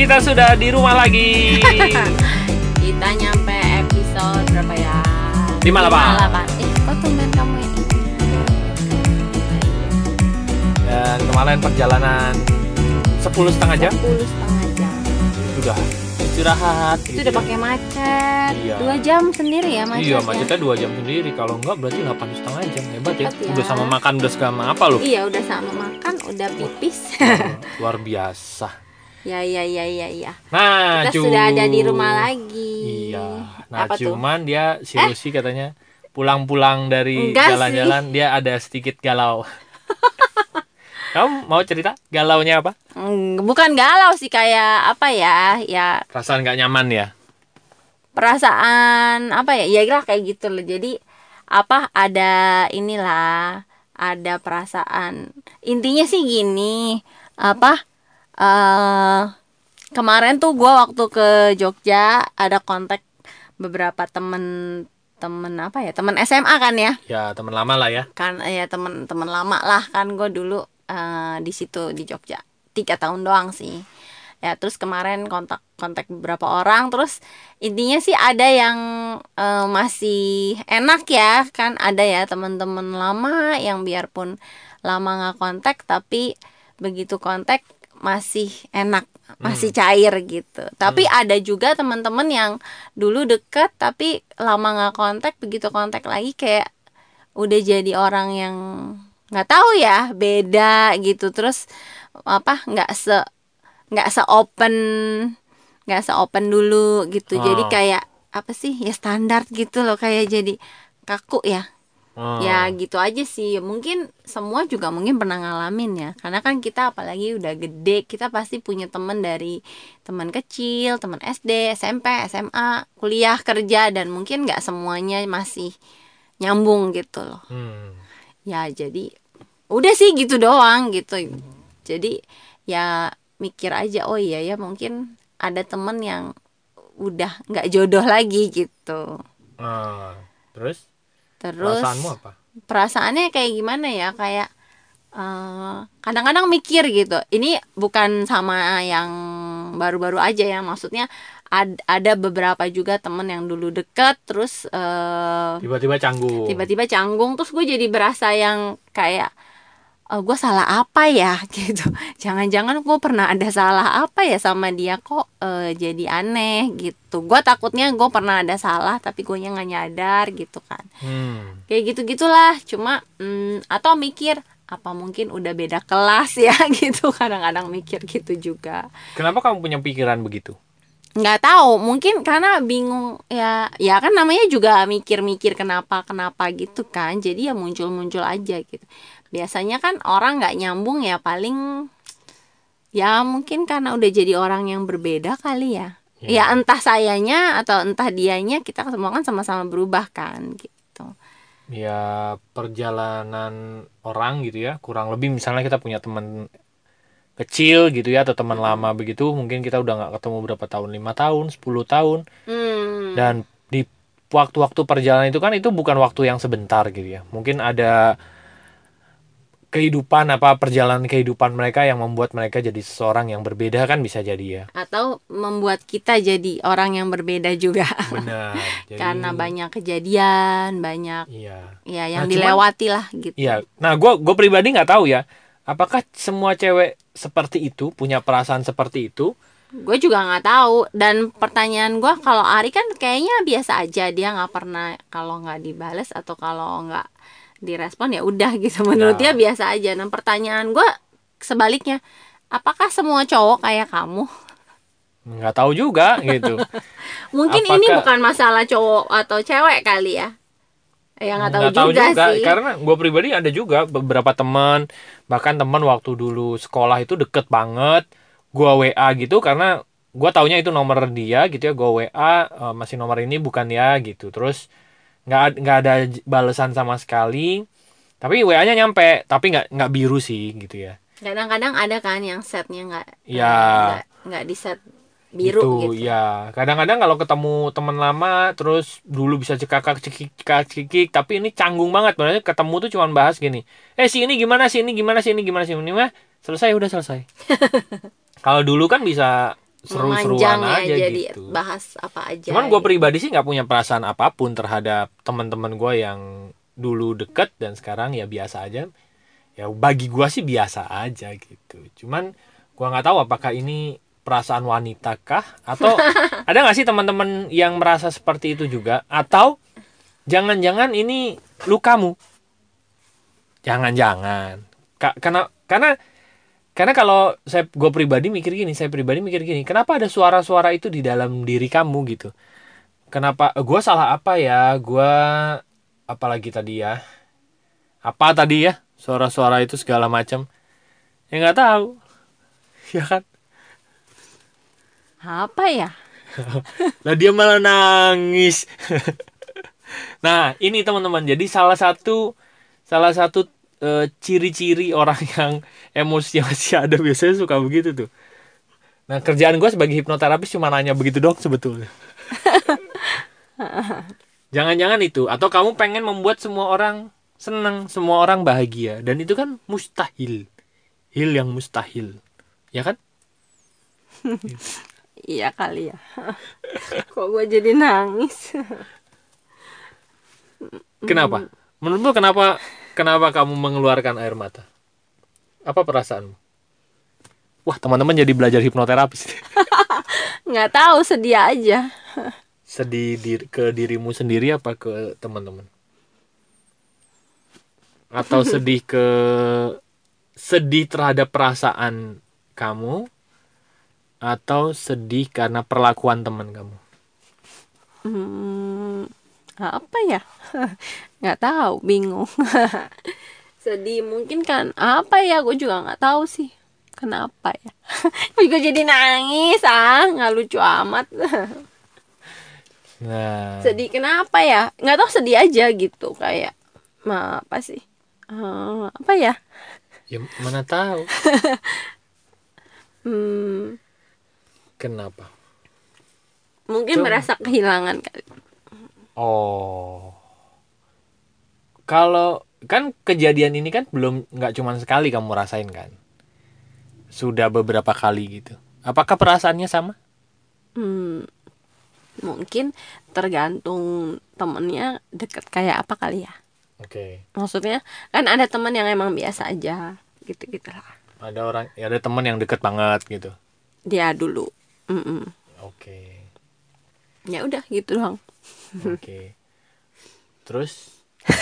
kita sudah di rumah lagi. Kita nyampe episode berapa ya? 58. Kok tumben kamu ini? Dan kemarin perjalanan 10,5 jam. 10,5 jam. Sudah istirahat. Itu udah pakai macet. Iya. 2 jam sendiri ya macetnya? Iya, macetnya 2 jam sendiri. Kalau enggak berarti 8,5 jam. Hebat ya. Hebat ya. Udah sama makan, udah segala apa loh. Iya, udah sama makan, udah pipis. Luar biasa. Ya. Nah, Kita sudah ada di rumah lagi. Iya. Nah, Apa tuh? cuman dia si Lucy katanya pulang-pulang dari Enggak jalan-jalan dia ada sedikit galau. Kamu mau cerita galaunya apa? Bukan galau sih, kayak apa ya? Ya Perasaan nggak nyaman ya? perasaan apa ya? Ya lah kayak gitu loh. Jadi apa, ada inilah, ada perasaan. Intinya sih gini, apa? Kemarin tuh gue waktu ke Jogja ada kontak beberapa temen apa ya, temen SMA kan ya, Ya teman lama lah ya. kan ya, temen lama lah kan. Gue dulu di situ di Jogja 3 tahun doang sih ya. Terus kemarin kontak beberapa orang. Terus intinya sih ada yang masih enak ya kan, ada ya teman-teman lama yang biarpun lama nggak kontak tapi begitu kontak masih enak, masih cair gitu. Tapi ada juga teman-teman yang dulu deket tapi lama nggak kontak, begitu kontak lagi kayak udah jadi orang yang nggak tahu ya, beda gitu. Terus apa, nggak se open dulu gitu. Jadi kayak apa sih ya, standar gitu loh, kayak jadi kaku ya. Ya gitu aja sih. Mungkin semua juga mungkin pernah ngalamin ya. Karena kan kita apalagi udah gede, kita pasti punya teman dari teman kecil, teman SD, SMP, SMA, kuliah, kerja, dan mungkin nggak semuanya masih nyambung gitu loh. Ya jadi udah sih gitu doang gitu. Jadi ya mikir aja, oh iya ya mungkin ada temen yang udah nggak jodoh lagi gitu. Terus Terus perasaanmu apa? perasaannya kayak gimana ya, kayak kadang-kadang mikir gitu. Ini bukan sama yang baru-baru aja ya, maksudnya ada beberapa juga temen yang dulu deket terus Tiba-tiba canggung. terus gue jadi berasa yang kayak gue salah apa ya gitu. Jangan-jangan gue pernah ada salah apa ya sama dia, kok jadi aneh gitu. Gue takutnya gue pernah ada salah tapi gue nya nggak nyadar gitu kan. Kayak gitu-gitulah. Cuma atau mikir apa mungkin udah beda kelas ya gitu. Kadang-kadang mikir gitu juga. Kenapa kamu punya pikiran begitu? Nggak tahu, mungkin karena bingung ya. Ya kan namanya juga mikir-mikir kenapa gitu kan. Jadi ya muncul aja gitu. Biasanya kan orang nggak nyambung ya, paling ya mungkin karena udah jadi orang yang berbeda kali ya. Ya entah sayanya atau entah dianya, kita semua kan sama-sama berubah kan gitu. Ya perjalanan orang gitu ya, kurang lebih misalnya kita punya teman kecil gitu ya, atau teman lama begitu, mungkin kita udah nggak ketemu berapa tahun, 5 tahun, 10 tahun. Dan di waktu-waktu perjalanan itu kan itu bukan waktu yang sebentar gitu ya. Mungkin ada kehidupan perjalanan kehidupan mereka yang membuat mereka jadi seseorang yang berbeda kan, bisa jadi ya. Atau membuat kita jadi orang yang berbeda juga. Benar. Jadi, karena banyak kejadian, banyak ya yang dilewati lah gitu. Iya. Nah, gue pribadi nggak tahu ya, apakah semua cewek seperti itu, punya perasaan seperti itu? Gue juga nggak tahu. Dan pertanyaan gue, kalau Ari kan kayaknya biasa aja, dia nggak pernah kalau nggak dibales atau kalau nggak direspon ya udah gitu, menurut dia biasa aja. Nah pertanyaan gue sebaliknya, apakah semua cowok kayak kamu? Nggak tahu juga gitu. Mungkin ini bukan masalah cowok atau cewek kali ya. Ya nggak tahu juga sih. Karena gue pribadi ada juga beberapa teman, bahkan teman waktu dulu sekolah itu deket banget. Gue WA gitu karena gue taunya itu nomor dia gitu ya. Gue WA, masih nomor ini bukan ya gitu. Terus nggak ada balasan sama sekali, tapi WA-nya nyampe, tapi nggak biru sih gitu ya. Kadang-kadang ada kan yang setnya nggak di set biru gitu. Ya kadang-kadang kalau ketemu teman lama terus dulu bisa cekik, tapi ini canggung banget. Berarti ketemu tuh cuma bahas gini, si ini gimana sih ini mah selesai, udah selesai. Kalau dulu kan bisa seru-seruan memanjang ya, aja jadi gitu. bahas apa aja. Cuman gue gitu. pribadi sih nggak punya perasaan apapun terhadap teman-teman gue yang dulu deket dan sekarang ya biasa aja. Ya bagi gue sih biasa aja gitu. Cuman gue nggak tahu apakah ini perasaan wanita kah atau ada nggak sih teman-teman yang merasa seperti itu juga, atau jangan-jangan ini lukamu. Jangan-jangan. Karena kalau saya pribadi mikir gini, kenapa ada suara-suara itu di dalam diri kamu gitu? Kenapa gue salah apa ya? Gue apalagi tadi ya? Apa tadi ya? Suara-suara itu segala macam. Ya nggak tahu, ya kan? Apa ya? Lah dia malah nangis. Nah, ini teman-teman. Jadi salah satu ciri-ciri orang yang emosi masih ada biasanya suka begitu tuh. Nah, kerjaan gue sebagai hipnoterapis cuma nanya begitu dong sebetulnya. Jangan-jangan itu, atau kamu pengen membuat semua orang senang, semua orang bahagia, dan itu kan mustahil, hil yang mustahil, ya kan? Iya kali ya. Kok gue jadi nangis? Kenapa? Menurutmu kenapa kamu mengeluarkan air mata? Apa perasaanmu? Wah, teman-teman jadi belajar hipnoterapis. Nggak tahu, sedih aja. Sedih ke dirimu sendiri apa ke teman-teman? Atau sedih terhadap perasaan kamu, atau sedih karena perlakuan teman kamu? Hmm, apa ya? Nggak tahu, bingung. Sedih mungkin kan, apa ya, gue juga nggak tahu sih kenapa ya. Gue jadi nangis, nggak lucu amat. Nah, Sedih kenapa ya, nggak tahu, sedih aja gitu, kayak apa sih. Apa ya. ya mana tahu Hmm, kenapa. mungkin Coba. merasa kehilangan kali. Oh, kalau kan kejadian ini kan nggak cuma sekali kamu rasain kan, sudah beberapa kali gitu. Apakah perasaannya sama? Hmm, mungkin tergantung temennya deket kayak apa kali ya. Oke. Maksudnya kan ada teman yang emang biasa aja gitu gitulah. Ada teman yang deket banget gitu. Dia dulu. Mm-mm. Oke. Ya udah gitu doang. Oke. Terus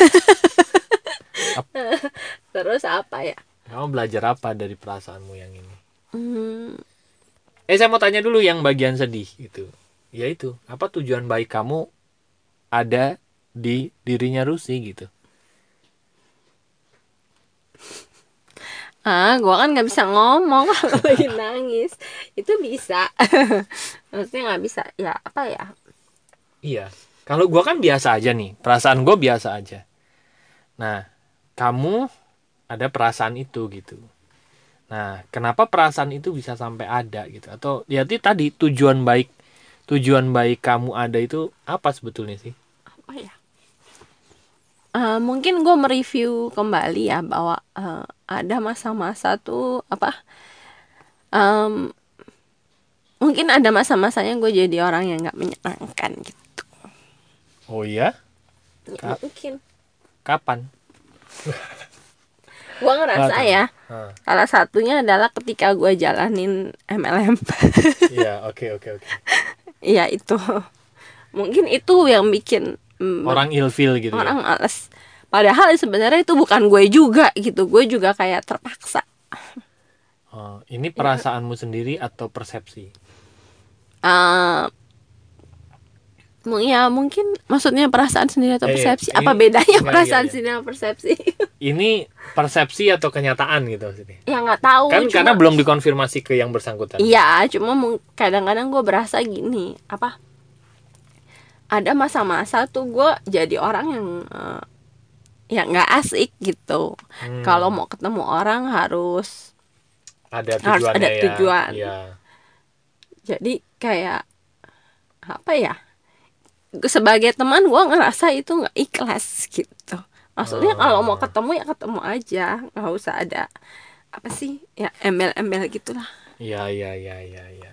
Terus apa ya. kamu belajar apa dari perasaanmu yang ini? Hmm, Saya mau tanya dulu yang bagian sedih gitu. Yaitu, apa tujuan baik kamu ada di dirinya Rusi gitu? gue kan nggak bisa ngomong kalau lagi nangis. Itu bisa. Maksudnya nggak bisa ya, apa ya. Iya. Kalau gua kan biasa aja nih, perasaan gue biasa aja. Nah, kamu ada perasaan itu gitu. Nah, kenapa perasaan itu bisa sampai ada gitu? Atau ya itu tadi tujuan baik kamu ada itu apa sebetulnya sih? Apa ya. Mungkin gue mereview kembali ya bahwa ada masa-masa tuh apa. em, Mungkin ada masa-masanya gue jadi orang yang nggak menyenangkan gitu. Oh iya? Ya, Ka- mungkin. Kapan? Gue ngerasa Kapan? ya, Hah. salah satunya adalah ketika gue jalanin MLM. Iya, oke oke oke. Iya itu. Mungkin itu yang bikin Orang ilfil gitu ya. orang males. Padahal sebenarnya itu bukan gue juga gitu. Gue juga kayak terpaksa. Oh, ini perasaanmu sendiri atau persepsi? Eh, ya mungkin maksudnya perasaan sendiri atau persepsi. Apa Ini bedanya enggak, perasaan iya. sendiri sama persepsi? Ini persepsi atau kenyataan gitu maksudnya? Ya nggak tahu. Kan Cuma, karena belum dikonfirmasi ke yang bersangkutan. iya, cuma kadang-kadang gue berasa gini. Apa? Ada masa-masa tuh gue jadi orang yang nggak asik gitu. Kalau mau ketemu orang harus Ada harus tujuannya ada ya. tujuan. Iya. Jadi kayak apa ya, sebagai teman gue ngerasa itu nggak ikhlas gitu. Maksudnya kalau mau ketemu ya ketemu aja, nggak usah ada apa sih ya, embel-embel gitulah. Iya, iya, iya, iya, iya, iya.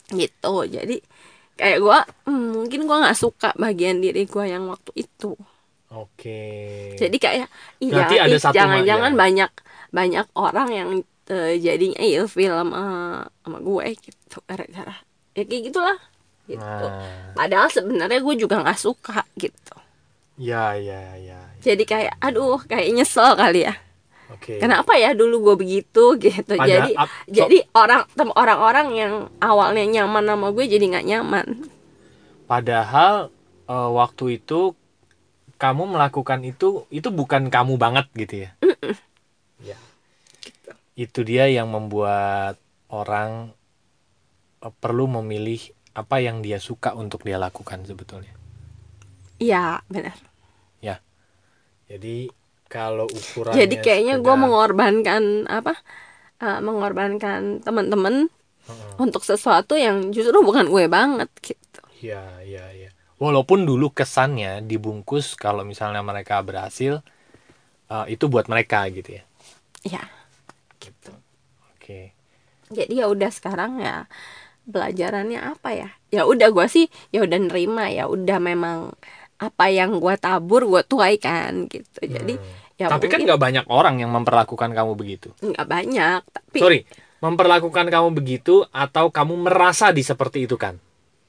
gitu. Jadi kayak gue mungkin gue nggak suka bagian diri gue yang waktu itu. Oke. Jadi kayak Berarti iya, ada satu jangan-jangan ya. banyak banyak orang yang jadinya film sama gue gitu gara-gara ya kayak gitulah gitu. Nah, Padahal sebenarnya gue juga nggak suka gitu. ya ya ya. Jadi kayak aduh kayak nyesel kali ya. Oke. Kenapa ya dulu gue begitu gitu. Pada Jadi orang-orang yang awalnya nyaman sama gue jadi nggak nyaman. padahal waktu itu kamu melakukan itu bukan kamu banget gitu ya. Ya. Itu dia yang membuat orang perlu memilih apa yang dia suka untuk dia lakukan sebetulnya. Iya benar. Ya. Jadi kalau Jadi ukurannya kayaknya gue sekedar mengorbankan apa? Mengorbankan teman-teman Heeh. untuk sesuatu yang justru bukan gue banget gitu. Ya, ya, ya. Walaupun dulu kesannya dibungkus kalau misalnya mereka berhasil, itu buat mereka gitu ya. Ya gitu. Oke. Jadi ya udah sekarang ya pelajarannya apa ya? Ya udah gue sih ya udah nerima, ya udah memang apa yang gue tabur gue tuai kan gitu. Jadi ya Tapi kan mungkin nggak banyak orang yang memperlakukan kamu begitu. nggak banyak tapi Sorry, memperlakukan kamu begitu atau kamu merasa di seperti itu kan?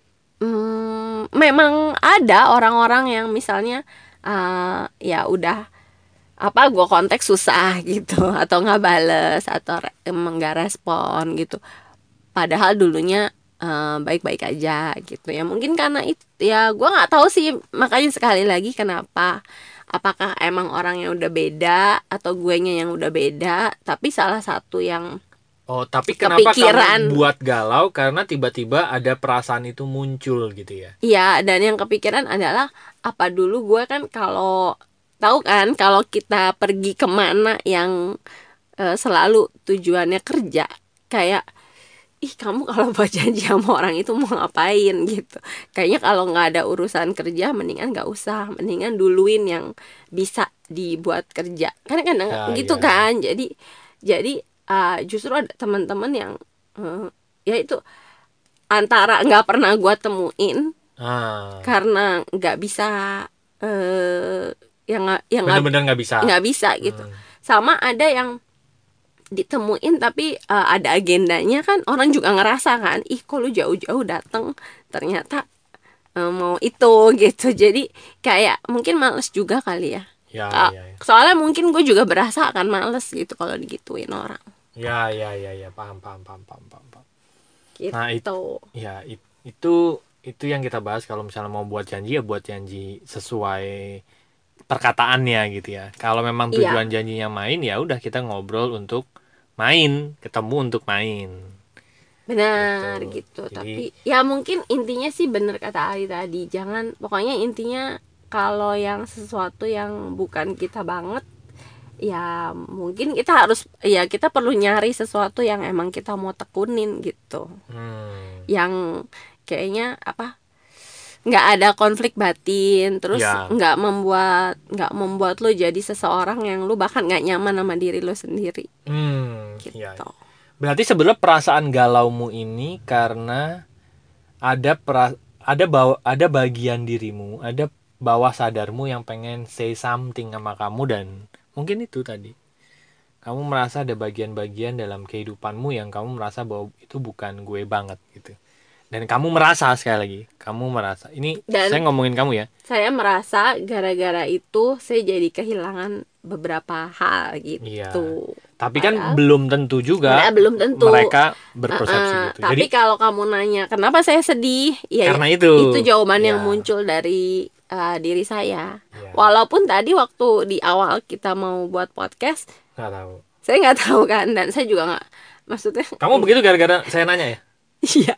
memang ada orang-orang yang misalnya ya udah apa gue kontak susah gitu atau nggak bales atau emang nggak respon gitu. Padahal dulunya baik-baik aja gitu ya. Mungkin karena itu ya gue nggak tahu sih, makanya sekali lagi kenapa, apakah emang orang yang udah beda atau guenya yang udah beda, tapi salah satu yang Oh, tapi kenapa kepikiran. kamu buat galau karena tiba-tiba ada perasaan itu muncul gitu ya? Iya, dan yang kepikiran adalah apa dulu gue kan kalau tahu kan kalau kita pergi kemana yang selalu tujuannya kerja, kayak ih kamu kalau buat janji sama orang itu mau ngapain gitu. Kayaknya kalau nggak ada urusan kerja mendingan nggak usah, mendingan duluin yang bisa dibuat kerja. Karena kan Ya, gitu ya, ya. kan. Jadi justru ada teman-teman yang ya itu antara nggak pernah gua temuin Ah, karena nggak bisa yang bener-bener nggak bisa. nggak bisa gitu. Sama ada yang ditemuin tapi ada agendanya kan, orang juga ngerasa kan ih kok lu jauh-jauh dateng ternyata mau itu gitu. Jadi kayak mungkin males juga kali ya. Ya, ya, ya. Soalnya mungkin gue juga berasa akan males gitu kalau digituin orang Ya, ya, ya, ya, paham, paham, paham, paham, paham, paham. Nah, gitu. ya itu yang kita bahas kalau misalnya mau buat janji ya buat janji sesuai perkataannya gitu ya. Kalau memang Iya tujuan janjinya main ya udah kita ngobrol untuk main, ketemu untuk main benar gitu. gitu. Jadi Tapi ya mungkin intinya sih bener kata Ali tadi, jangan, pokoknya intinya kalau yang sesuatu yang bukan kita banget ya mungkin kita harus, ya kita perlu nyari sesuatu yang emang kita mau tekunin gitu, yang kayaknya apa, nggak ada konflik batin, terus ya, nggak membuat lo jadi seseorang yang lo bahkan nggak nyaman sama diri lo sendiri ya. gitu. Berarti sebenarnya perasaan galaumu ini karena ada ada bagian dirimu, ada bawah sadarmu yang pengen say something sama kamu dan mungkin itu tadi. Kamu merasa ada bagian-bagian dalam kehidupanmu yang kamu merasa bahwa itu bukan gue banget gitu. Dan kamu merasa sekali lagi, kamu merasa. Ini saya Dan ngomongin kamu ya. saya merasa gara-gara itu saya jadi kehilangan beberapa hal Iya. gitu. Tapi kan Padahal belum tentu juga belum tentu. mereka berpersepsi gitu. Jadi Tapi kalau kamu nanya kenapa saya sedih, ya karena itu, itu jawaban yang ya, muncul dari diri saya. ya, Walaupun tadi waktu di awal kita mau buat podcast, nggak tahu. saya nggak tahu kan, dan saya juga nggak, maksudnya Kamu begitu gara-gara saya nanya ya? iya,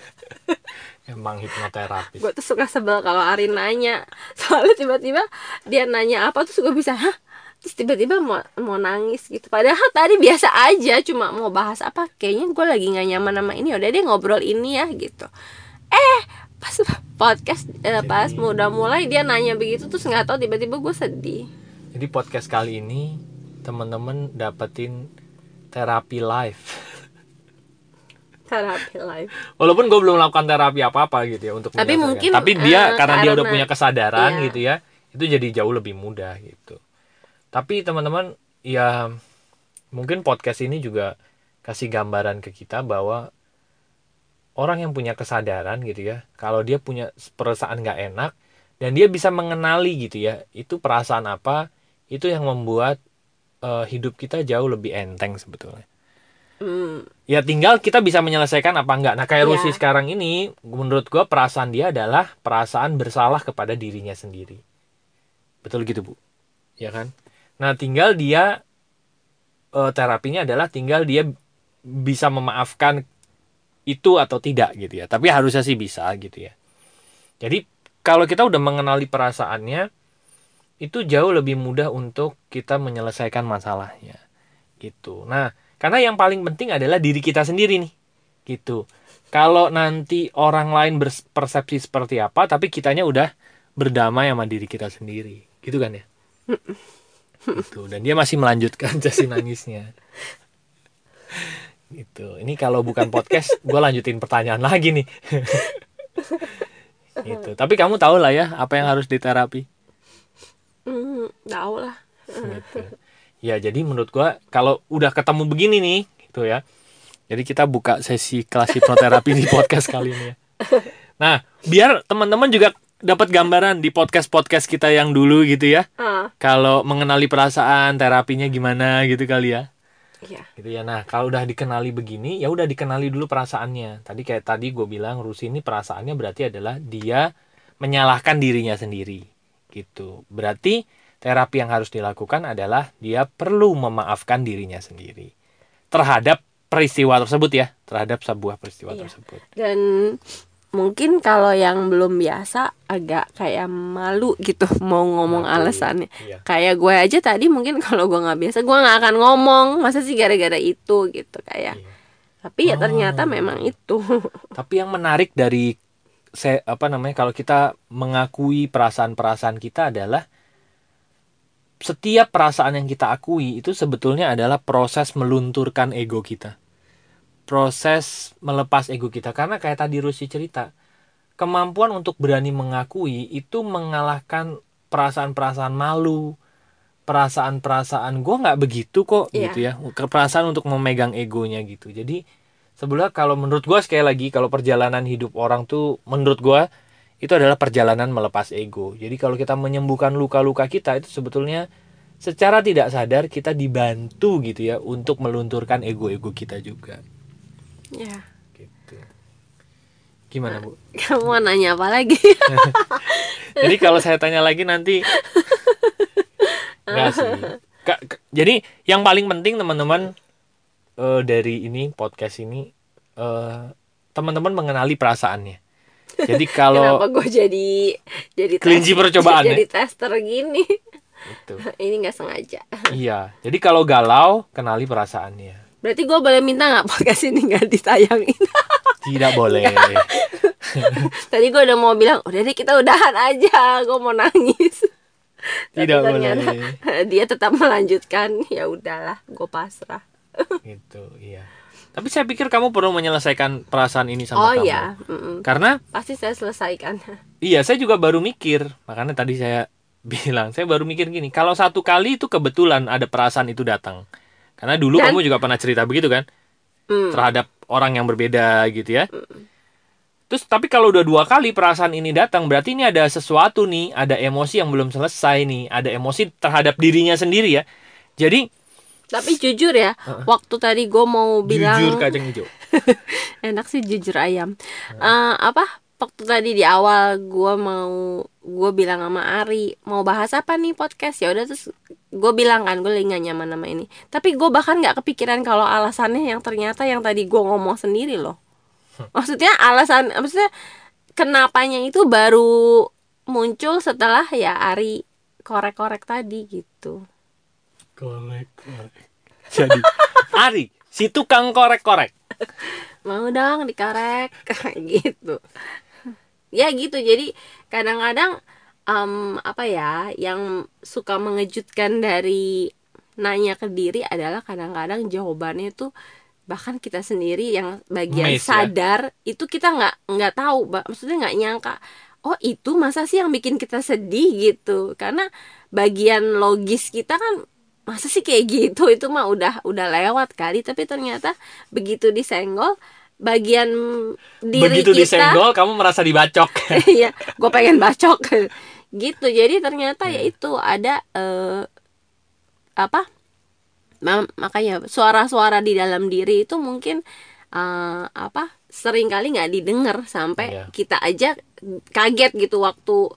Emang hipnoterapis. gue tuh suka sebel kalau Arin nanya, soalnya tiba-tiba dia nanya apa tuh suka bisa hah, terus tiba-tiba mau nangis gitu. Padahal tadi biasa aja, cuma mau bahas apa, kayaknya gue lagi nggak nyaman sama ini, udah deh ngobrol ini ya gitu. Pas podcast pas Jadi, mau udah mulai dia nanya begitu, terus nggak tahu tiba-tiba gue sedih. jadi podcast kali ini teman-teman dapetin terapi live. Terapi live. Walaupun gue belum melakukan terapi apa-apa gitu ya untuk Tapi menyelesaikan. mungkin Tapi dia karena dia udah karena punya kesadaran iya. gitu ya, itu jadi jauh lebih mudah gitu. Tapi teman-teman ya mungkin podcast ini juga kasih gambaran ke kita bahwa orang yang punya kesadaran gitu ya, kalau dia punya perasaan nggak enak dan dia bisa mengenali gitu ya, itu perasaan apa, itu yang membuat hidup kita jauh lebih enteng sebetulnya. Hmm, Ya tinggal kita bisa menyelesaikan apa enggak. Nah kayak Rusi ya. sekarang ini, menurut gue perasaan dia adalah perasaan bersalah kepada dirinya sendiri. Betul gitu Bu? Ya kan? Nah tinggal dia, terapinya adalah tinggal dia bisa memaafkan itu atau tidak gitu ya. Tapi harusnya sih bisa gitu ya. Jadi kalau kita udah mengenali perasaannya, itu jauh lebih mudah untuk kita menyelesaikan masalahnya gitu. Nah, karena yang paling penting adalah diri kita sendiri nih gitu. Kalau nanti orang lain berpersepsi seperti apa, tapi kitanya udah berdamai sama diri kita sendiri, gitu kan ya? Gitu. Dan dia masih melanjutkan sesi nangisnya. Gitu. Ini kalau bukan podcast, gue lanjutin pertanyaan lagi nih. Gitu. Tapi kamu tahu lah ya apa yang harus diterapi. Tahu lah. Gitu. Ya jadi menurut gue kalau udah ketemu begini nih, gitu ya. Jadi kita buka sesi kelas hipnoterapi di podcast kali ini ya. Nah, biar teman-teman juga dapat gambaran di podcast-podcast kita yang dulu gitu ya. Ah, Kalau mengenali perasaan, terapinya gimana gitu kali ya. iya. Gitu ya. Nah, kalau udah dikenali begini, ya udah dikenali dulu perasaannya. Tadi gue bilang Rusi ini perasaannya berarti adalah dia menyalahkan dirinya sendiri. Gitu. Berarti terapi yang harus dilakukan adalah dia perlu memaafkan dirinya sendiri terhadap peristiwa tersebut ya, terhadap sebuah peristiwa Iya. tersebut. Dan mungkin kalau yang belum biasa agak kayak malu gitu mau ngomong Malu, alasannya. iya. Kayak gue aja tadi mungkin kalau gue nggak biasa gue nggak akan ngomong. Masa sih gara-gara itu gitu kayak. Iya. Tapi ya ternyata memang Oh. itu. Tapi yang menarik dari kalau kita mengakui perasaan-perasaan kita adalah setiap perasaan yang kita akui itu sebetulnya adalah proses melunturkan ego kita. Proses melepas ego kita. Karena kayak tadi Rusi cerita, kemampuan untuk berani mengakui itu mengalahkan perasaan-perasaan malu, perasaan-perasaan gue nggak begitu kok gitu Iya. ya, perasaan untuk memegang egonya gitu. Jadi sebenarnya kalau menurut gue sekali lagi, kalau perjalanan hidup orang tuh menurut gue itu adalah perjalanan melepas ego. Jadi kalau kita menyembuhkan luka-luka kita itu sebetulnya secara tidak sadar kita dibantu gitu ya untuk melunturkan ego-ego kita juga Ya. gitu. Gimana Bu? Kamu mau nanya apa lagi? Jadi kalau saya tanya lagi nanti enggak sih. Jadi yang paling penting teman-teman, dari ini podcast ini, eh, teman-teman mengenali perasaannya. Jadi kalau Kenapa gue jadi kelinci percobaan ya jadi tester gini? itu. Ini nggak sengaja. Iya. Jadi kalau galau kenali perasaannya. Berarti gue boleh minta nggak podcast ini nggak ditayangin? Tidak boleh. Tadi gue udah mau bilang udah deh kita udahan aja, gue mau nangis. Tapi Tidak ternyata boleh. dia tetap melanjutkan. Ya udahlah, gue pasrah. Gitu, iya. Tapi saya pikir kamu perlu menyelesaikan perasaan ini Oh sama kamu. iya, Karena pasti saya selesaikan. iya, saya juga baru mikir. Makanya tadi saya bilang, saya baru mikir gini, kalau satu kali itu kebetulan ada perasaan itu datang. Karena dulu Dan kamu juga pernah cerita begitu kan? Terhadap orang yang berbeda gitu ya. Terus tapi kalau udah dua kali perasaan ini datang, berarti ini ada sesuatu nih, ada emosi yang belum selesai nih, ada emosi terhadap dirinya sendiri ya. Jadi tapi jujur ya, waktu tadi gue mau bilang jujur kacang hijau. enak sih jujur ayam. Apa? Waktu tadi di awal gue bilang sama Ari mau bahas apa nih podcast, ya udah terus gue bilang kan gue lagi gak nyaman sama ini. Tapi gue bahkan nggak kepikiran kalau alasannya yang ternyata yang tadi gue ngomong sendiri loh. Maksudnya kenapanya itu baru muncul setelah ya Ari korek-korek tadi gitu. Korek. Jadi Ari, si tukang korek-korek. Mau dong dikorek gitu. Ya gitu, jadi kadang-kadang apa ya yang suka mengejutkan dari nanya ke diri adalah kadang-kadang jawabannya tuh bahkan kita sendiri yang bagian Amazed ya. sadar itu kita nggak tahu, maksudnya nggak nyangka, oh itu masa sih yang bikin kita sedih gitu, karena bagian logis kita kan masa sih kayak gitu, itu mah udah lewat kali, tapi ternyata begitu disenggol bagian diri Begitu kita. disenggol kamu merasa dibacok. Iya, gue pengen bacok gitu. Jadi ternyata ya Iya. itu ada apa, makanya suara-suara di dalam diri itu mungkin apa, sering kali nggak didengar sampai Iya. kita aja kaget gitu waktu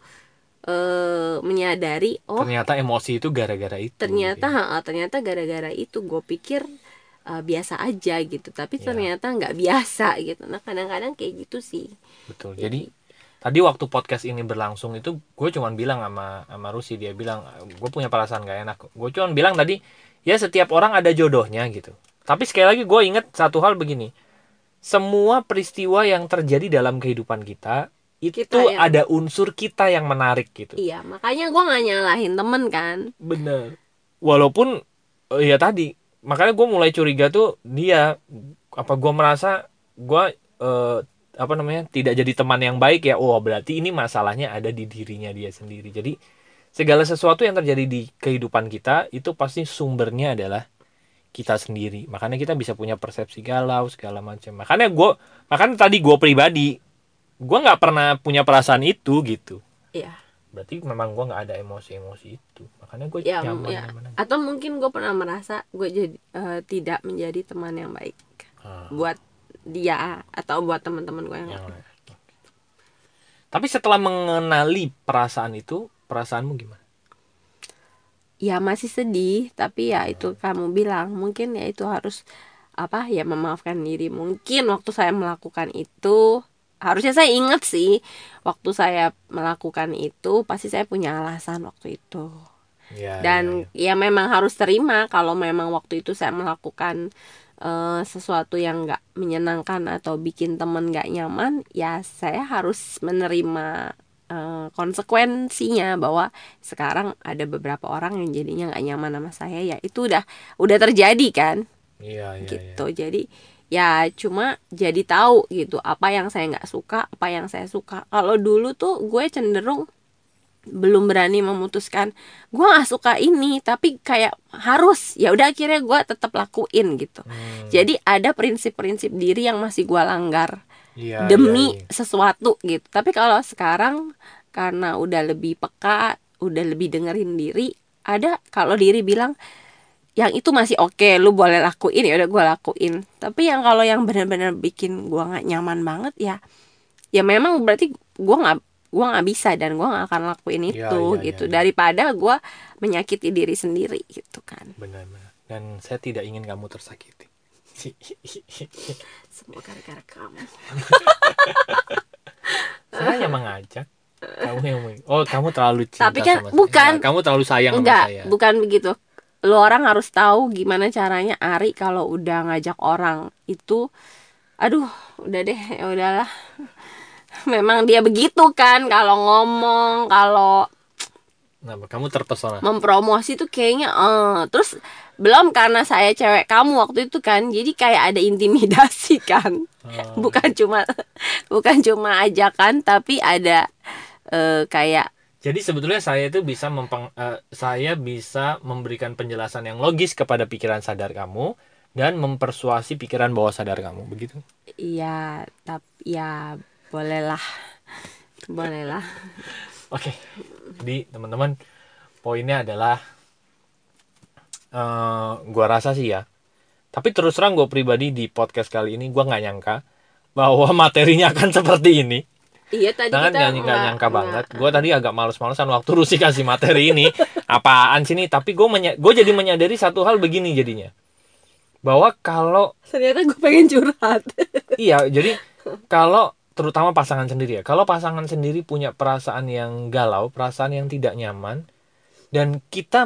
menyadari, oh Ternyata emosi itu gara-gara itu. ternyata Gitu. ternyata gara-gara itu. Gue pikir biasa aja gitu, tapi Ya, ternyata nggak biasa gitu. Nah kadang-kadang kayak gitu sih. betul. Kayak Jadi gitu. tadi waktu podcast ini berlangsung itu gue cuman bilang sama Rusi, dia bilang gue punya perasaan gak enak. Gue cuman bilang tadi, ya setiap orang ada jodohnya gitu. Tapi sekali lagi gue inget satu hal begini, semua peristiwa yang terjadi dalam kehidupan kita Kita itu yang ada unsur kita yang menarik gitu. iya, makanya gue nggak nyalahin temen kan. Bener. Walaupun ya tadi, makanya gue mulai curiga tuh dia, apa gue merasa gue apa namanya, tidak jadi teman yang baik ya. Oh berarti ini masalahnya ada di dirinya dia sendiri. Jadi segala sesuatu yang terjadi di kehidupan kita itu pasti sumbernya adalah kita sendiri. Makanya kita bisa punya persepsi galau segala macam. Makanya tadi gue pribadi, gue nggak pernah punya perasaan itu gitu. Iya. Berarti memang gue nggak ada emosi-emosi itu. Makanya gue Ya, ya, nyaman-nyaman aja. atau mungkin gue pernah merasa gue jadi tidak menjadi teman yang baik buat dia atau buat teman-teman gue yang Yang lain. lain. Tapi setelah mengenali perasaan itu, perasaanmu gimana? Ya masih sedih, tapi ya itu kamu bilang mungkin ya itu harus apa ya, memaafkan diri. Mungkin waktu saya melakukan itu harusnya saya ingat sih, waktu saya melakukan itu pasti saya punya alasan waktu itu. Ya, Dan ya memang harus terima kalau memang waktu itu saya melakukan sesuatu yang nggak menyenangkan atau bikin temen nggak nyaman, ya saya harus menerima konsekuensinya, bahwa sekarang ada beberapa orang yang jadinya nggak nyaman sama saya, ya itu udah terjadi kan iya, iya, iya. gitu. Jadi ya cuma jadi tahu gitu apa yang saya nggak suka, apa yang saya suka. Kalau dulu tuh gue cenderung belum berani memutuskan gue nggak suka ini, tapi kayak harus, ya udah akhirnya gue tetap lakuin gitu. Jadi ada prinsip-prinsip diri yang masih gue langgar Iya, demi iya, iya. sesuatu gitu. Tapi kalau sekarang karena udah lebih peka, udah lebih dengerin diri, ada kalau diri bilang yang itu masih oke, lu boleh lakuin, ya udah gue lakuin. Tapi yang kalau yang benar-benar bikin gue nggak nyaman banget, ya memang berarti gue nggak bisa dan gue nggak akan lakuin Iya, itu iya, iya, gitu, iya. daripada gue menyakiti diri sendiri gitu kan. Benar-benar. Dan saya tidak ingin kamu tersakiti. Semua gara-gara kamu. Saya hanya mengajak. Kamu terlalu cinta Tapi kan sama saya. bukan, Enggak, kamu terlalu sayang sama enggak, saya. bukan begitu. Lu orang harus tahu gimana caranya Ari kalau udah ngajak orang itu, aduh, udah deh, ya udahlah. Memang dia begitu kan kalau ngomong, kalau Nah, kamu terpesona. mempromosi tuh kayaknya terus belum karena saya cewek kamu waktu itu kan, jadi kayak ada intimidasi kan. Bukan cuma ajakan, tapi ada kayak Jadi sebetulnya saya itu saya bisa memberikan penjelasan yang logis kepada pikiran sadar kamu dan mempersuasi pikiran bawah sadar kamu, begitu? ya, tapi ya bolehlah, bolehlah. Oke. Jadi teman-teman, poinnya adalah gua rasa sih ya. Tapi terus terang gue pribadi di podcast kali ini gue nggak nyangka bahwa materinya akan seperti ini. Iya tadi Sangat kita nggak nyangka nggak banget. Gue tadi agak males-malesan waktu Rusi kasih materi ini. Apaan sih ini? Tapi gue jadi menyadari satu hal begini jadinya. Bahwa kalau ternyata gue pengen curhat. iya, jadi kalau terutama pasangan sendiri ya. Kalau pasangan sendiri punya perasaan yang galau, perasaan yang tidak nyaman, dan kita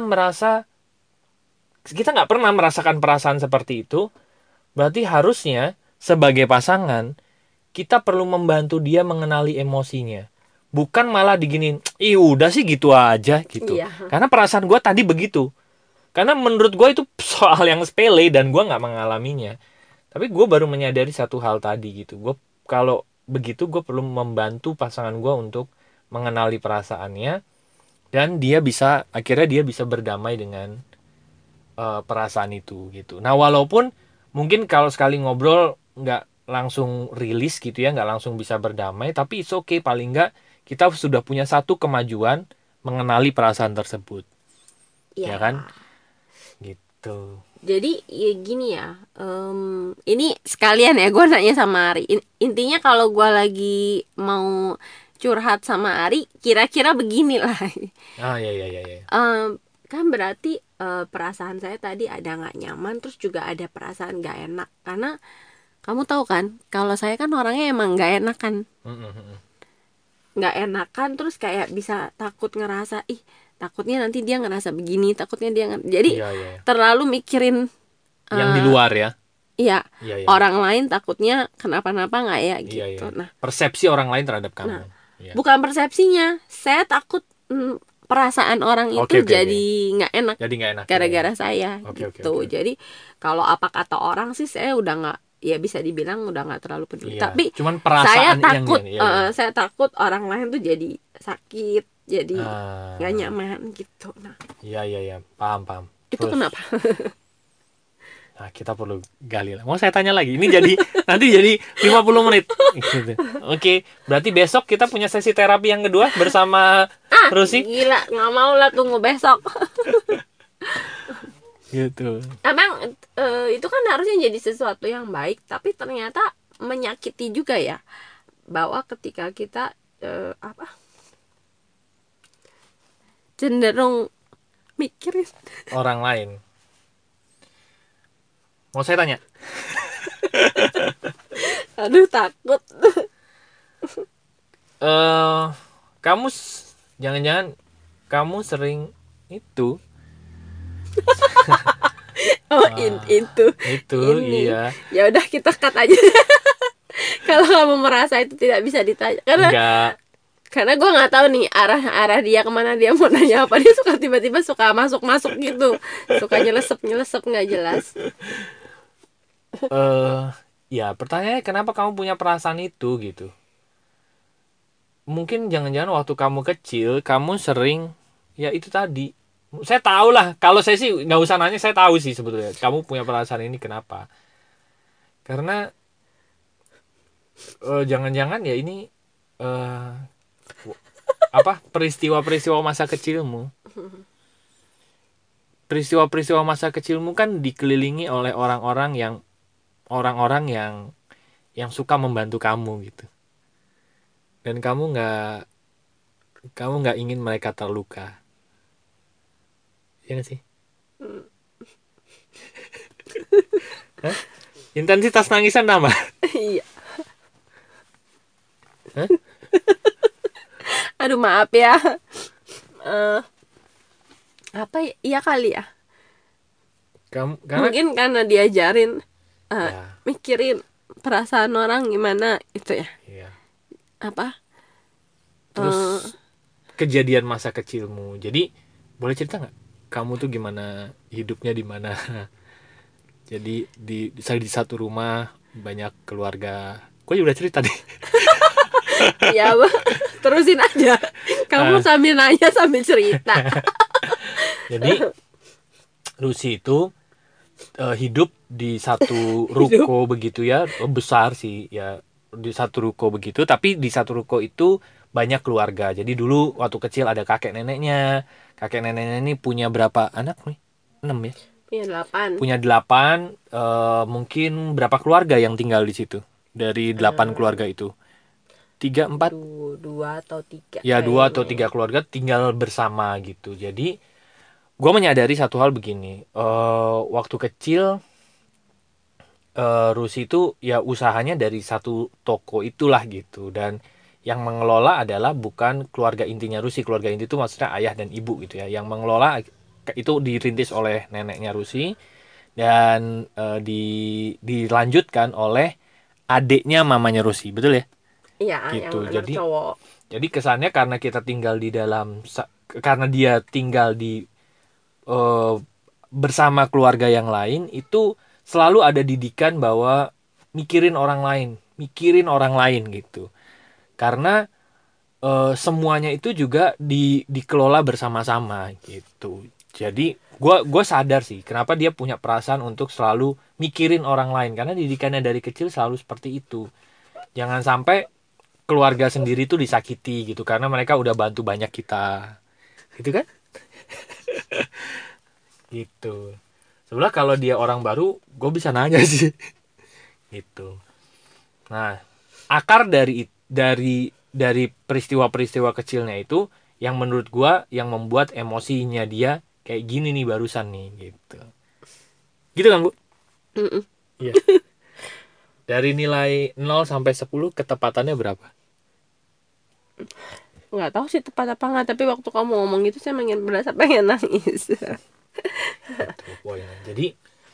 nggak pernah merasakan perasaan seperti itu, berarti harusnya sebagai pasangan kita perlu membantu dia mengenali emosinya. Bukan malah diginin, ih udah sih gitu aja gitu. Iya. Karena perasaan gue tadi begitu. Karena menurut gue itu soal yang sepele dan gue nggak mengalaminya. Tapi gue baru menyadari satu hal tadi gitu. Gue kalau begitu gue perlu membantu pasangan gue untuk mengenali perasaannya, dan akhirnya dia bisa berdamai dengan perasaan itu gitu. Nah, walaupun mungkin kalau sekali ngobrol nggak langsung rilis gitu ya, nggak langsung bisa berdamai, tapi it's okay, paling nggak kita sudah punya satu kemajuan mengenali perasaan tersebut, ya kan? Ya. Gitu. Jadi ya gini ya, ini sekalian ya gue nanya sama Ari. Intinya kalau gue lagi mau curhat sama Ari, kira-kira beginilah. Ah, ya ya ya ya. Kan berarti perasaan saya tadi ada nggak nyaman, terus juga ada perasaan nggak enak. Karena kamu tahu kan, kalau saya kan orangnya emang nggak enak kan, nggak enakan, terus kayak bisa takut ngerasa ih takutnya nanti dia ngerasa begini, takutnya dia jadi Iya iya. Iya. terlalu mikirin Yang di eh luar ya. ya Iya iya. orang lain takutnya kenapa-napa nggak ya Iya iya. gitu. Persepsi orang lain terhadap Nah kamu. Iya. bukan persepsinya, saya takut perasaan orang Oke itu oke oke. jadi nggak enak Jadi nggak enak. Iya iya. gara-gara saya Oke oke gitu. oke. Jadi kalau apa kata orang sih saya udah nggak, ya bisa dibilang udah nggak terlalu peduli. Iya. Tapi Cuman saya perasaan yang takut, iya iya. saya takut orang lain tuh jadi sakit, jadi nggak Ah, nyaman gitu. Nah iya iya iya. Paham paham. itu Terus, kenapa? nah kita perlu gali lah. Mau saya tanya lagi. Ini jadi nanti jadi 50 menit. Gitu. Oke, berarti besok kita punya sesi terapi yang kedua bersama Ah Rusi. gila, nggak mau lah, tunggu besok. Gitu. Emang itu kan harusnya jadi sesuatu yang baik, tapi ternyata menyakiti juga ya, bahwa ketika kita apa cenderung mikirin. Orang lain. Mau saya tanya? Aduh takut. Eh, kamu jangan-jangan kamu sering itu Oh itu itu ini iya ya udah kita cut aja. Kalau kamu merasa itu tidak bisa ditanya, enggak karena gue nggak tahu nih arah arah dia kemana, dia mau nanya apa. Dia suka tiba-tiba suka masuk masuk gitu, suka nyelesep nyelesep nggak jelas. eh ya pertanyaannya kenapa kamu punya perasaan itu gitu. Mungkin jangan-jangan waktu kamu kecil kamu sering ya itu tadi. Saya tahu lah, kalau saya sih nggak usah nanya, saya tahu sih sebetulnya kamu punya perasaan ini kenapa. Karena jangan-jangan ya ini eh apa peristiwa-peristiwa masa kecilmu. Peristiwa-peristiwa masa kecilmu kan dikelilingi oleh orang-orang yang suka membantu kamu gitu. Dan kamu nggak ingin mereka terluka. Iya nggak sih? Hah? Intensitas nangisan nambah. Iya. Hah? Aduh maaf ya. Eh, apa ya? Iya kali ya. Karena Mungkin karena diajarin ya, mikirin perasaan orang gimana itu ya. iya. Apa? Terus Eh, kejadian masa kecilmu. Jadi boleh cerita nggak? Kamu tuh gimana hidupnya di mana? Jadi saya di satu rumah banyak keluarga. Gue juga udah cerita deh. ya terusin aja. Kamu Eh, sambil nanya sambil cerita. jadi Lucy itu hidup di satu Hidup. ruko begitu ya, besar sih ya, di satu ruko begitu, tapi di satu ruko itu banyak keluarga. Jadi dulu waktu kecil ada kakek neneknya ini punya berapa anak nih? 6 ya, Punya 8. punya 8. Mungkin berapa keluarga yang tinggal di situ dari 8 keluarga itu, 3 4 Dua atau tiga ya, 2 atau 3 kayaknya. keluarga tinggal bersama gitu. Jadi gue menyadari satu hal begini, waktu kecil Rusi itu ya usahanya dari satu toko itulah gitu, dan yang mengelola adalah bukan keluarga intinya Rusi. Keluarga inti itu maksudnya ayah dan ibu gitu ya. Yang mengelola itu dirintis oleh neneknya Rusi, dan dilanjutkan oleh adiknya mamanya Rusi, betul ya? Iya, yang Gitu. anak Jadi cowok. kesannya karena kita tinggal di dalam karena dia tinggal di eh, bersama keluarga yang lain itu selalu ada didikan bahwa mikirin orang lain gitu. Karena semuanya itu juga dikelola bersama-sama gitu. Jadi gue sadar sih kenapa dia punya perasaan untuk selalu mikirin orang lain, karena didikannya dari kecil selalu seperti itu. Jangan sampai keluarga sendiri tuh disakiti gitu karena mereka udah bantu banyak kita. Gitu kan? Gitu. Sebelah kalau dia orang baru, gue bisa nanya sih. Gitu. Nah, akar dari peristiwa-peristiwa kecilnya itu yang menurut gua yang membuat emosinya dia kayak gini nih barusan nih gitu. Gitu kan, Bu? Mm-mm. Iya. Dari nilai 0 sampai 10 ketepatannya berapa? Nggak tahu sih tepat apa nggak, tapi waktu kamu ngomong gitu saya berasa pengen nangis. Gitu poinnya. Jadi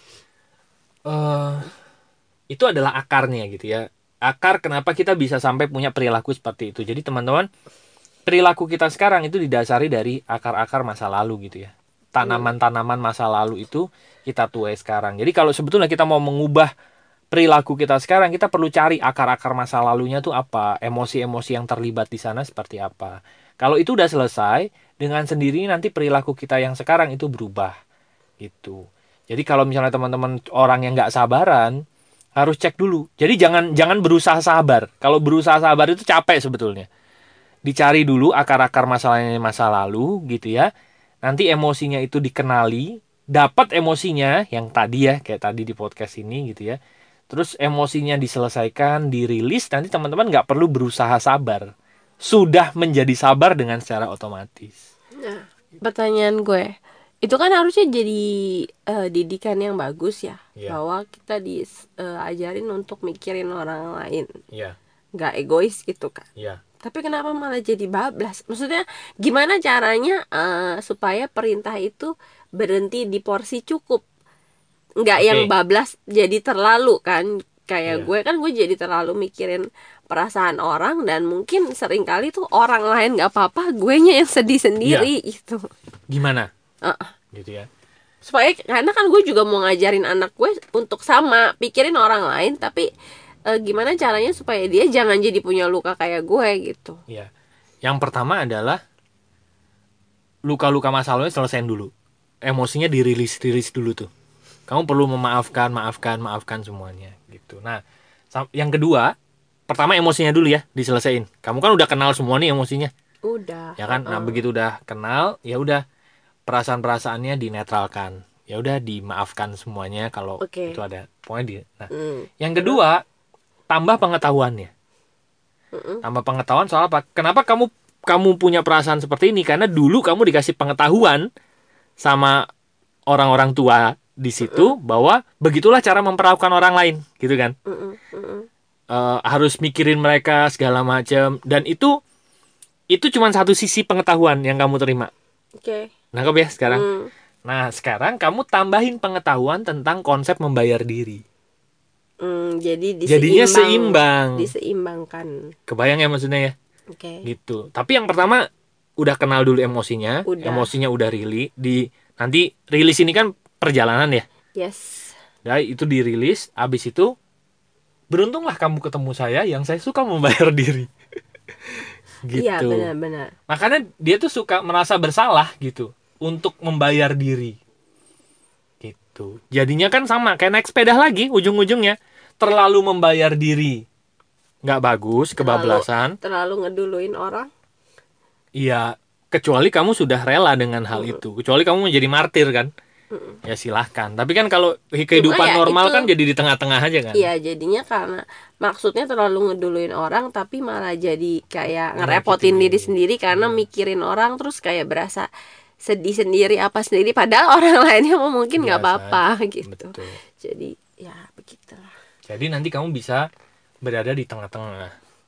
eh itu adalah akarnya gitu ya. Akar kenapa kita bisa sampai punya perilaku seperti itu. Jadi teman-teman, perilaku kita sekarang itu didasari dari akar-akar masa lalu gitu ya. Tanaman-tanaman masa lalu itu kita tuai sekarang. Jadi kalau sebetulnya kita mau mengubah perilaku kita sekarang, kita perlu cari akar-akar masa lalunya tuh apa, emosi-emosi yang terlibat di sana seperti apa. Kalau itu udah selesai, dengan sendiri nanti perilaku kita yang sekarang itu berubah gitu. Jadi kalau misalnya teman-teman orang yang nggak sabaran, harus cek dulu. Jadi jangan jangan berusaha sabar. Kalau berusaha sabar itu capek sebetulnya. Dicari dulu akar-akar masalahnya masa lalu gitu ya. Nanti emosinya itu dikenali, dapat emosinya yang tadi ya, kayak tadi di podcast ini gitu ya. Terus emosinya diselesaikan, dirilis, nanti teman-teman nggak perlu berusaha sabar. Sudah menjadi sabar dengan secara otomatis. Nah, pertanyaan gue, itu kan harusnya jadi didikan yang bagus ya, Iya. bahwa kita diajarin untuk mikirin orang lain, Iya, nggak egois gitu kan. iya. Tapi kenapa malah jadi bablas? Maksudnya gimana caranya supaya perintah itu berhenti di porsi cukup, nggak Oke. yang bablas jadi terlalu kan? Kayak Iya. gue jadi terlalu mikirin perasaan orang, dan mungkin seringkali tuh orang lain nggak apa-apa, gue nya yang sedih sendiri gitu. Gimana? Uh, Gitu ya. Supaya, karena kan gue juga mau ngajarin anak gue untuk sama pikirin orang lain, tapi gimana caranya supaya dia jangan jadi punya luka kayak gue gitu. Iya. Yang pertama adalah luka-luka masa lalunya selesaiin dulu. Emosinya dirilis dulu tuh. Kamu perlu maafkan semuanya gitu. Nah, yang kedua, pertama emosinya dulu ya diselesain. Kamu kan udah kenal semua nih emosinya, Udah. ya kan? Nah, begitu udah kenal, ya udah perasaan-perasaannya dinetralkan. Ya udah dimaafkan semuanya kalau Oke. itu ada. Pokoknya di. Nah, Mm. yang kedua, tambah pengetahuannya. Mm-mm. Tambah pengetahuan soal apa? Kenapa kamu punya perasaan seperti ini? Karena dulu kamu dikasih pengetahuan sama orang-orang tua di situ bahwa begitulah cara memperlakukan orang lain, gitu kan? Mm-mm. Mm-mm. Harus mikirin mereka segala macam, dan itu cuma satu sisi pengetahuan yang kamu terima. Oke. Nangkep ya sekarang? Mm. Nah, sekarang kamu tambahin pengetahuan tentang konsep membayar diri. Jadi Jadinya seimbang. diseimbangkan. Kebayang ya maksudnya ya? Oke. Gitu. Tapi yang pertama udah kenal dulu emosinya, Udah. emosinya udah nanti rilis ini kan perjalanan ya. Yes. Nah, itu dirilis, habis itu beruntunglah kamu ketemu saya yang saya suka membayar diri. Iya, Gitu. benar-benar. Makanya dia tuh suka merasa bersalah gitu untuk membayar diri. Gitu. Jadinya kan sama kayak naik sepeda lagi ujung-ujungnya terlalu membayar diri. Nggak bagus, kebablasan. Terlalu ngeduluin orang. Iya, kecuali kamu sudah rela dengan hal itu. Kecuali kamu menjadi martir kan. Ya silahkan. Tapi kan kalau kehidupan ya normal itu- kan jadi di tengah-tengah aja kan. Iya, jadinya karena maksudnya terlalu ngeduluin orang, tapi malah jadi kayak ngerepotin Nyakitin diri diri. sendiri karena mikirin orang, terus kayak berasa sedih sendiri apa sendiri, padahal orang lainnya mau mungkin nggak Biasa. apa-apa gitu. Betul. Jadi ya begitulah. Jadi nanti kamu bisa berada di tengah-tengah.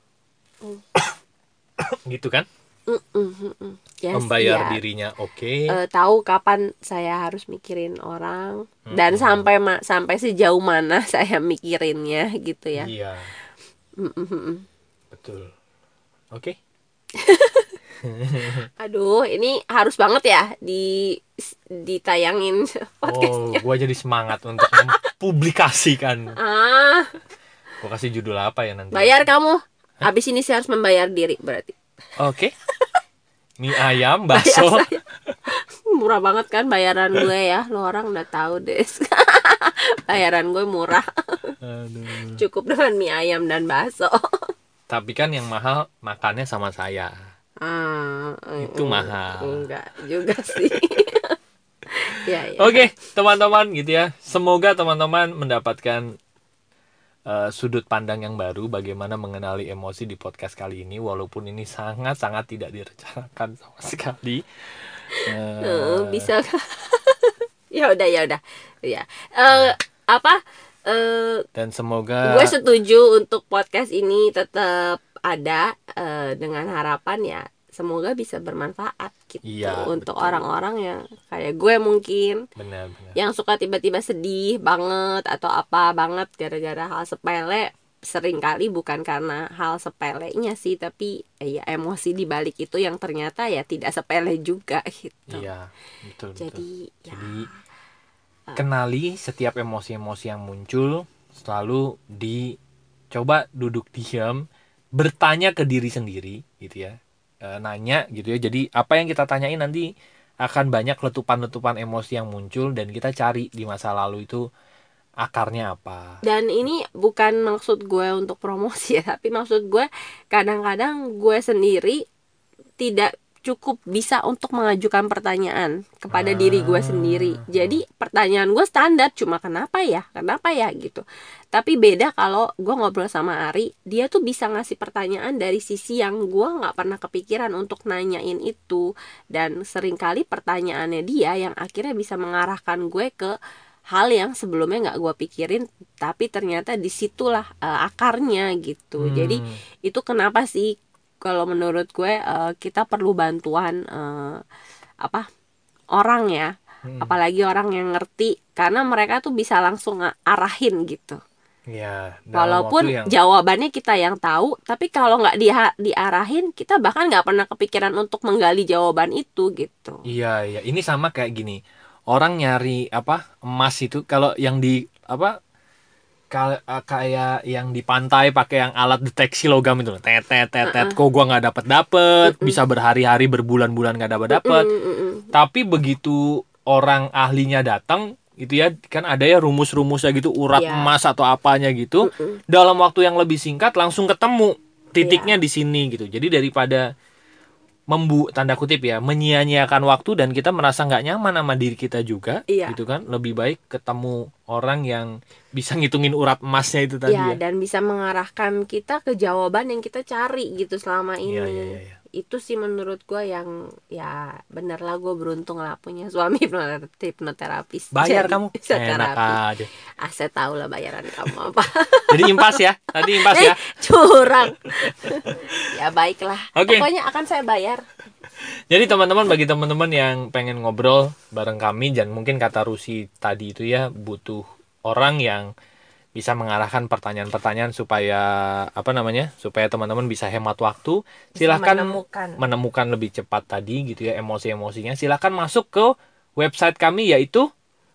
Gitu kan? Yes, Membayar iya. dirinya oke. Tahu kapan saya harus mikirin orang, dan sampai sejauh mana saya mikirinnya gitu ya. Iya, betul. Oke. Aduh, ini harus banget ya ditayangin Oh, podcastnya. gua jadi semangat untuk publikasikan. Gue kasih judul apa ya nanti? Bayar kamu. Abis ini saya harus membayar diri berarti. Oke. Mie ayam, bakso. Murah banget kan bayaran gue ya. Lo orang udah tahu deh. Bayaran gue murah. Aduh. Cukup dengan mie ayam dan bakso. Tapi kan yang mahal makannya sama saya. Itu mahal. Enggak juga sih. Ya. Oke, teman-teman gitu ya. Semoga teman-teman mendapatkan sudut pandang yang baru bagaimana mengenali emosi di podcast kali ini, walaupun ini sangat-sangat tidak direncanakan sama sekali. Bisa. Ya udah. Ya. Dan semoga Gue setuju untuk podcast ini tetap ada dengan harapan ya semoga bisa bermanfaat gitu untuk betul. orang-orang yang kayak gue mungkin benar. yang suka tiba-tiba sedih banget atau apa banget gara-gara hal sepele. Seringkali bukan karena hal sepelenya sih, tapi ya emosi di balik itu yang ternyata ya tidak sepele juga gitu. Iya, betul. Jadi kenali setiap emosi-emosi yang muncul, selalu dicoba duduk diam, bertanya ke diri sendiri gitu ya. Nanya gitu ya. Jadi apa yang kita tanyain nanti akan banyak letupan-letupan emosi yang muncul dan kita cari di masa lalu itu akarnya apa. Dan ini bukan maksud gue untuk promosi ya, tapi maksud gue kadang-kadang gue sendiri tidak cukup bisa untuk mengajukan pertanyaan kepada diri gue sendiri. Jadi pertanyaan gue standar cuma kenapa ya gitu. Tapi beda kalau gue ngobrol sama Ari, dia tuh bisa ngasih pertanyaan dari sisi yang gue nggak pernah kepikiran untuk nanyain itu. Dan seringkali pertanyaannya dia yang akhirnya bisa mengarahkan gue ke hal yang sebelumnya nggak gue pikirin, tapi ternyata disitulah akarnya gitu. Jadi itu kenapa sih kalau menurut gue kita perlu bantuan orang ya, apalagi orang yang ngerti, karena mereka tuh bisa langsung arahin gitu. Ya, walaupun jawabannya kita yang tahu, tapi kalau nggak diarahin, kita bahkan nggak pernah kepikiran untuk menggali jawaban itu gitu. Iya, ini sama kayak gini. Orang nyari emas itu kalau yang di kayak yang di pantai pakai yang alat deteksi logam itu tet kok gua nggak dapet bisa berhari-hari berbulan-bulan nggak dapet. Tapi begitu orang ahlinya datang gitu ya, kan ada ya rumus-rumusnya gitu, urat emas atau apanya gitu, dalam waktu yang lebih singkat langsung ketemu titiknya di sini gitu. Jadi daripada tanda kutip ya menyia-nyiakan waktu dan kita merasa nggak nyaman sama diri kita juga, gitu kan, lebih baik ketemu orang yang bisa ngitungin urat emasnya itu tadi ya. Dan bisa mengarahkan kita ke jawaban yang kita cari gitu selama ini. Iya. Itu sih menurut gue yang ya bener lah, gue beruntung lah punya suami hipnoterapis. Bayar jadi, kamu enak aja. Saya tahu lah bayaran kamu apa. Jadi impas ya, tadi impas ya. Curang. Ya baiklah. Okay. Pokoknya akan saya bayar. Jadi teman-teman, bagi teman-teman yang pengen ngobrol bareng kami, dan mungkin kata Rusi tadi itu ya, butuh orang yang bisa mengarahkan pertanyaan-pertanyaan supaya supaya teman-teman bisa hemat waktu, silahkan menemukan lebih cepat tadi gitu ya emosi-emosinya. Silahkan masuk ke website kami yaitu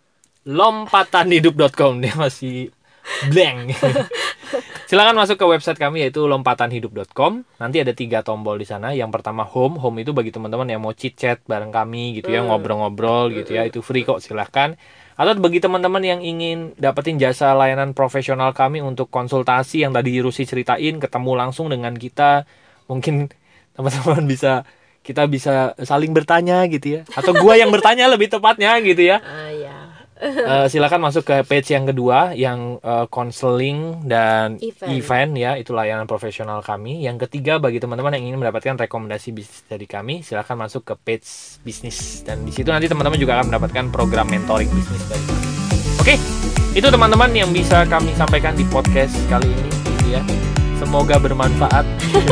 lompatanhidup.com. Dia masih blank. Silakan masuk ke website kami yaitu lompatanhidup.com. Nanti ada 3 tombol di sana. Yang pertama home itu bagi teman-teman yang mau chit-chat bareng kami gitu ya, ngobrol-ngobrol gitu ya, itu free kok, silahkan. Atau bagi teman-teman yang ingin dapetin jasa layanan profesional kami untuk konsultasi yang tadi Rusi ceritain, ketemu langsung dengan kita, mungkin teman-teman kita bisa saling bertanya gitu ya, atau gua yang bertanya lebih tepatnya gitu ya. Silakan masuk ke page yang kedua yang counseling dan event ya, itu layanan profesional kami. Yang ketiga, bagi teman-teman yang ingin mendapatkan rekomendasi bisnis dari kami, silakan masuk ke page bisnis, dan di situ nanti teman-teman juga akan mendapatkan program mentoring bisnis dari kami. Oke, itu teman-teman yang bisa kami sampaikan di podcast kali ini gitu ya. Semoga bermanfaat.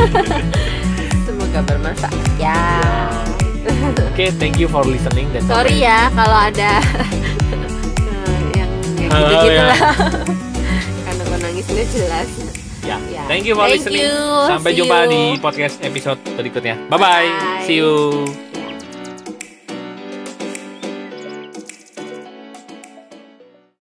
Semoga bermanfaat ya. Oke, thank you for listening, dan sorry ya kalau ada gitu-gitu lah. Karena gue nangis gak jelas. Ya. Thank you for listening. Sampai jumpa di podcast episode berikutnya. Bye-bye. See you.